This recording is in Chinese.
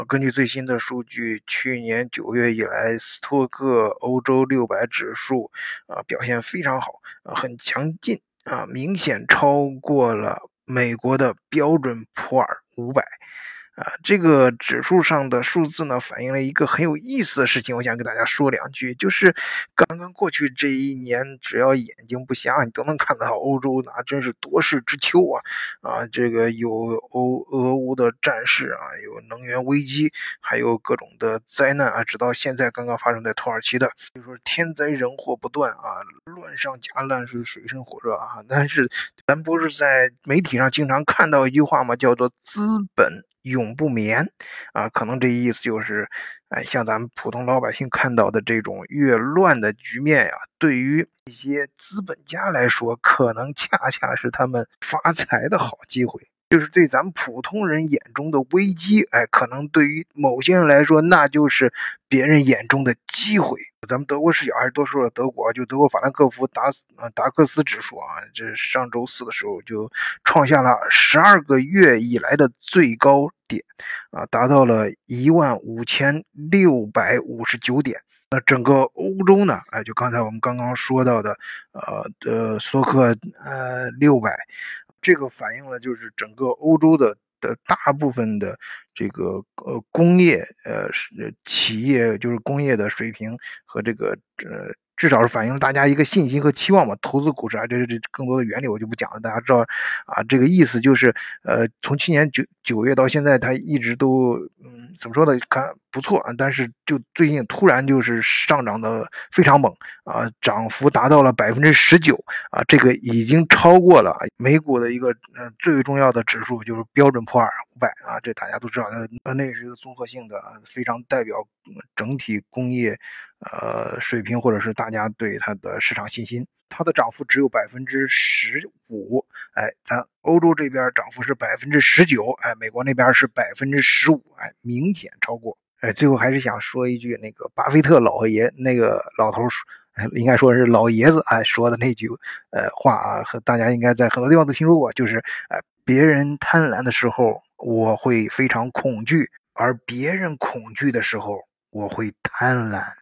根据最新的数据，去年9月以来，斯托克欧洲600指数表现非常好，很强劲明显超过了美国的标准普尔500。这个指数上的数字呢，反映了一个很有意思的事情，我想跟大家说两句，就是刚刚过去这一年，只要眼睛不瞎，你都能看到欧洲那真是多事之秋这个有俄乌的战事有能源危机，还有各种的灾难直到现在刚刚发生在土耳其的，就是说天灾人祸不断乱上加乱，是水深火热但是咱不是在媒体上经常看到一句话吗？叫做资本永不眠可能这意思就是，像咱们普通老百姓看到的这种越乱的局面对于一些资本家来说，可能恰恰是他们发财的好机会。就是对咱们普通人眼中的危机，可能对于某些人来说，那就是别人眼中的机会。咱们德国视角还是多说了德国，就德国法兰克福达克斯指数这上周四的时候就创下了12个月以来的最高点达到了15659点。整个欧洲呢，就刚才我们刚刚说到的，斯托克600，这个反映了就是整个欧洲的大部分的这个工业企业，就是工业的水平和这个至少是反映了大家一个信心和期望嘛。投资股市这更多的原理我就不讲了，大家知道这个意思就是从去年九月到现在，它一直都怎么说呢？看不错但是就最近突然就是上涨的非常猛涨幅达到了19%这个已经超过了美股的一个最重要的指数，就是标准普尔500这大家都知道，那也是一个综合性的非常代表整体工业水平，或者是大家对它的市场信心。它的涨幅只有15%，咱欧洲这边涨幅是19%，美国那边是15%，明显超过。最后还是想说一句，那个巴菲特老爷那个老头应该说是老爷子说的那句话和大家应该在很多地方都听说过，就是别人贪婪的时候我会非常恐惧，而别人恐惧的时候我会贪婪。